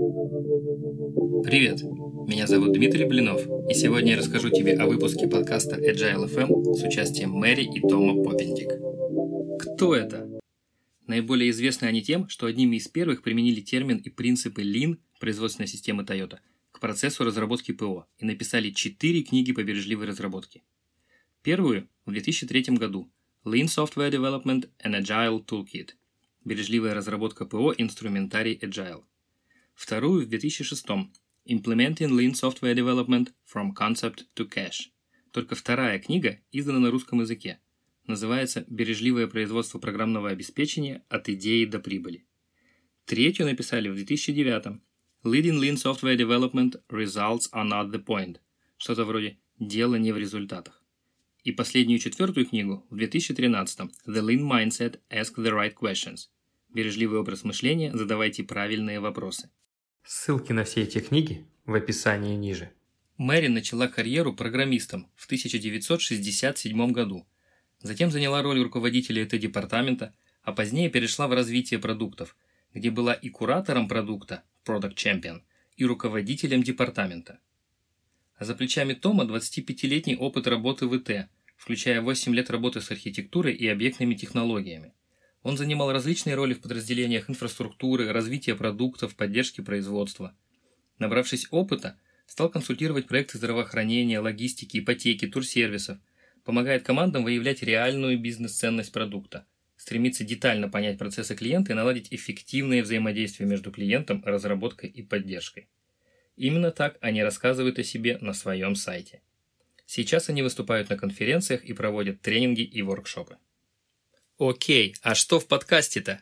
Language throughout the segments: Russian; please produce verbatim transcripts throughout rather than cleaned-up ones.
Привет, меня зовут Дмитрий Блинов, и сегодня я расскажу тебе о выпуске подкаста Agile эф эм с участием Мэри и Тома Поппендик. Кто это? Наиболее известны они тем, что одними из первых применили термин и принципы Lean производственной системы Toyota к процессу разработки ПО и написали четыре книги по бережливой разработке. Первую в две тысячи третьем году Lean Software Development and Agile Toolkit – бережливая разработка ПО инструментарий Agile. Вторую в две тысячи шестом Implementing Lean Software Development from Concept to Cash. Только вторая книга издана на русском языке. Называется «Бережливое производство программного обеспечения от идеи до прибыли». Третью написали в две тысячи девятом Leading Lean Software Development Results are not the point. Что-то вроде «Дело не в результатах». И последнюю четвертую книгу в две тысячи тринадцатом The Lean Mindset Ask the Right Questions. Бережливый образ мышления, задавайте правильные вопросы. Ссылки на все эти книги в описании ниже. Мэри начала карьеру программистом в тысяча девятьсот шестьдесят седьмом году. Затем заняла роль руководителя ай ти-департамента, а позднее перешла в развитие продуктов, где была и куратором продукта Product Champion, и руководителем департамента. А за плечами Тома двадцатипятилетний опыт работы в ИТ, включая восемь лет работы с архитектурой и объектными технологиями. Он занимал различные роли в подразделениях инфраструктуры, развития продуктов, поддержки производства. Набравшись опыта, стал консультировать проекты здравоохранения, логистики, ипотеки, турсервисов, помогает командам выявлять реальную бизнес-ценность продукта, стремится детально понять процессы клиента и наладить эффективное взаимодействие между клиентом, разработкой и поддержкой. Именно так они рассказывают о себе на своем сайте. Сейчас они выступают на конференциях и проводят тренинги и воркшопы. Окей, а что в подкасте-то?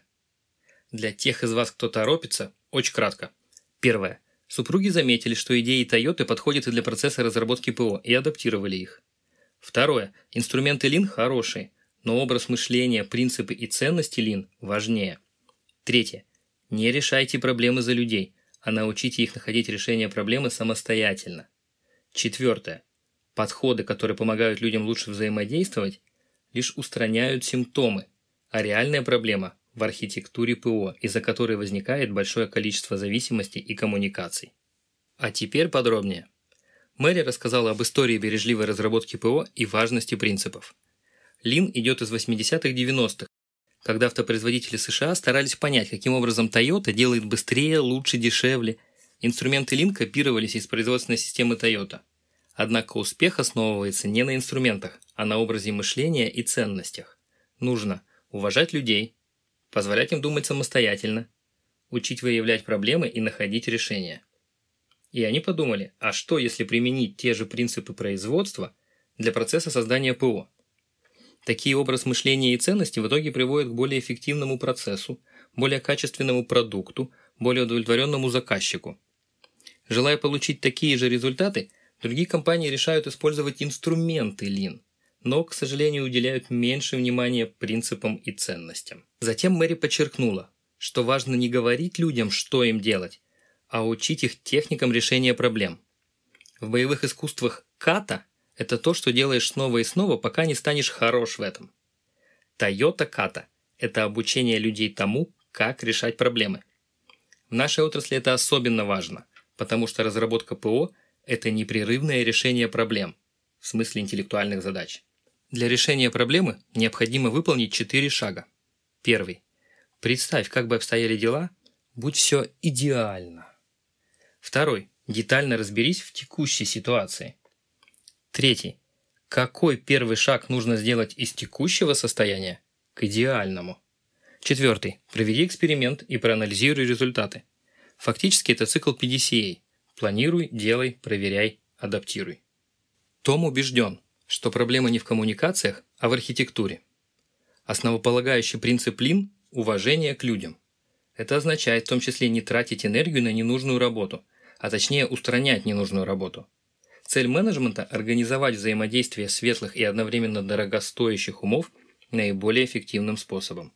Для тех из вас, кто торопится, очень кратко. Первое. Супруги заметили, что идеи Toyota подходят и для процесса разработки ПО, и адаптировали их. Второе. Инструменты Lean хорошие, но образ мышления, принципы и ценности Lean важнее. Третье. Не решайте проблемы за людей, а научите их находить решение проблемы самостоятельно. Четвертое. Подходы, которые помогают людям лучше взаимодействовать, лишь устраняют симптомы, а реальная проблема в архитектуре ПО, из-за которой возникает большое количество зависимостей и коммуникаций. А теперь подробнее. Мэри рассказала об истории бережливой разработки ПО и важности принципов. Lean идет из восьмидесятых-девяностых, когда автопроизводители США старались понять, каким образом Toyota делает быстрее, лучше, дешевле. Инструменты Lean копировались из производственной системы Toyota. Однако успех основывается не на инструментах, а на образе мышления и ценностях. Нужно уважать людей, позволять им думать самостоятельно, учить выявлять проблемы и находить решения. И они подумали, а что если применить те же принципы производства для процесса создания ПО? Такие образ мышления и ценности в итоге приводят к более эффективному процессу, более качественному продукту, более удовлетворенному заказчику. Желая получить такие же результаты, другие компании решают использовать инструменты Lean, но, к сожалению, уделяют меньше внимания принципам и ценностям. Затем Мэри подчеркнула, что важно не говорить людям, что им делать, а учить их техникам решения проблем. В боевых искусствах ката – это то, что делаешь снова и снова, пока не станешь хорош в этом. Toyota ката – это обучение людей тому, как решать проблемы. В нашей отрасли это особенно важно, потому что разработка ПО – это непрерывное решение проблем, в смысле интеллектуальных задач. Для решения проблемы необходимо выполнить четыре шага. Первый. Представь, как бы обстояли дела, будь все идеально. Второй. Детально разберись в текущей ситуации. Третий. Какой первый шаг нужно сделать из текущего состояния к идеальному? Четвертый. Проведи эксперимент и проанализируй результаты. Фактически это цикл пи ди си эй. Планируй, делай, проверяй, адаптируй. Том убежден, что проблема не в коммуникациях, а в архитектуре. Основополагающий принцип Lean – уважение к людям. Это означает в том числе не тратить энергию на ненужную работу, а точнее устранять ненужную работу. Цель менеджмента – организовать взаимодействие светлых и одновременно дорогостоящих умов наиболее эффективным способом.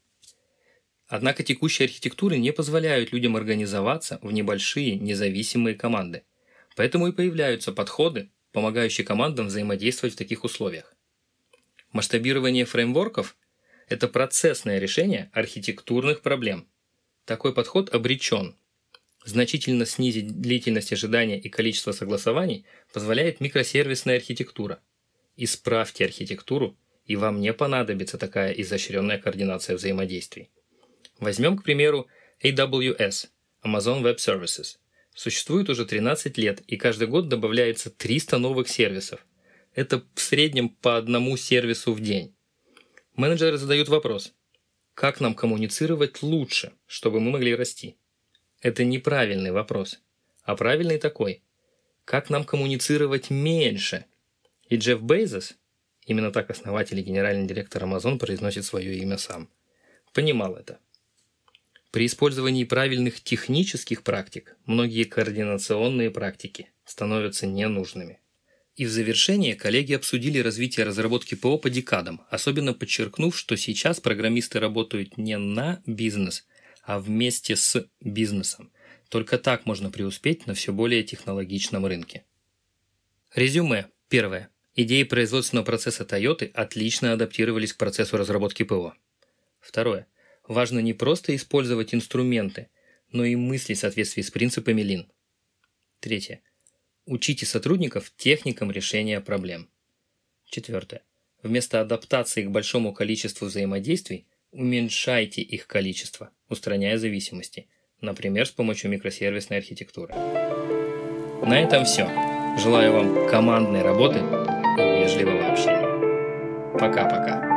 Однако текущие архитектуры не позволяют людям организоваться в небольшие независимые команды. Поэтому и появляются подходы, помогающие командам взаимодействовать в таких условиях. Масштабирование фреймворков – это процессное решение архитектурных проблем. Такой подход обречен. Значительно снизить длительность ожидания и количество согласований позволяет микросервисная архитектура. Исправьте архитектуру, и вам не понадобится такая изощренная координация взаимодействий. Возьмем, к примеру, эй дабл ю эс – Amazon Web Services. Существует уже тринадцать лет, и каждый год добавляется триста новых сервисов. Это в среднем по одному сервису в день. Менеджеры задают вопрос: как нам коммуницировать лучше, чтобы мы могли расти? Это неправильный вопрос, а правильный такой: как нам коммуницировать меньше? И Джефф Безос, именно так основатель и генеральный директор Amazon произносит свое имя сам, понимал это. При использовании правильных технических практик многие координационные практики становятся ненужными. И в завершение коллеги обсудили развитие разработки ПО по декадам, особенно подчеркнув, что сейчас программисты работают не на бизнес, а вместе с бизнесом. Только так можно преуспеть на все более технологичном рынке. Резюме. Первое. Идеи производственного процесса Toyota отлично адаптировались к процессу разработки ПО. Второе. Важно не просто использовать инструменты, но и мыслить в соответствии с принципами Lean. Третье. Учите сотрудников техникам решения проблем. Четвертое. Вместо адаптации к большому количеству взаимодействий уменьшайте их количество, устраняя зависимости, например, с помощью микросервисной архитектуры. На этом все. Желаю вам командной работы и вежливого общения. Пока-пока.